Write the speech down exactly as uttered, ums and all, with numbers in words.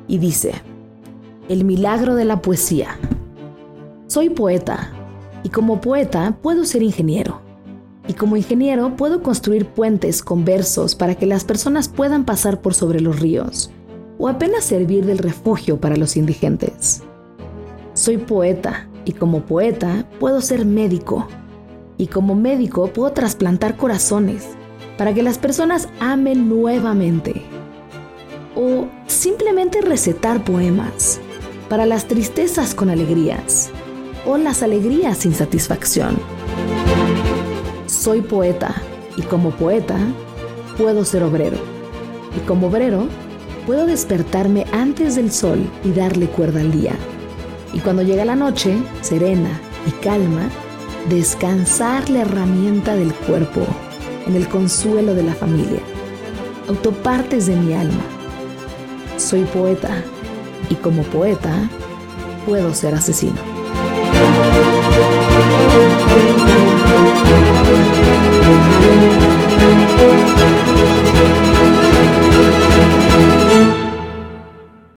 y dice: el milagro de la poesía. Soy poeta, y como poeta puedo ser ingeniero. Y como ingeniero puedo construir puentes con versos para que las personas puedan pasar por sobre los ríos, o apenas servir del refugio para los indigentes. Soy poeta, y como poeta puedo ser médico. Y como médico puedo trasplantar corazones para que las personas amen nuevamente. O simplemente recetar poemas para las tristezas con alegrías o las alegrías sin satisfacción. Soy poeta, y como poeta puedo ser obrero. Y como obrero puedo despertarme antes del sol y darle cuerda al día. Y cuando llega la noche, serena y calma, descansar la herramienta del cuerpo en el consuelo de la familia. Autopartes de mi alma. Soy poeta, y como poeta puedo ser asesino. Thank you.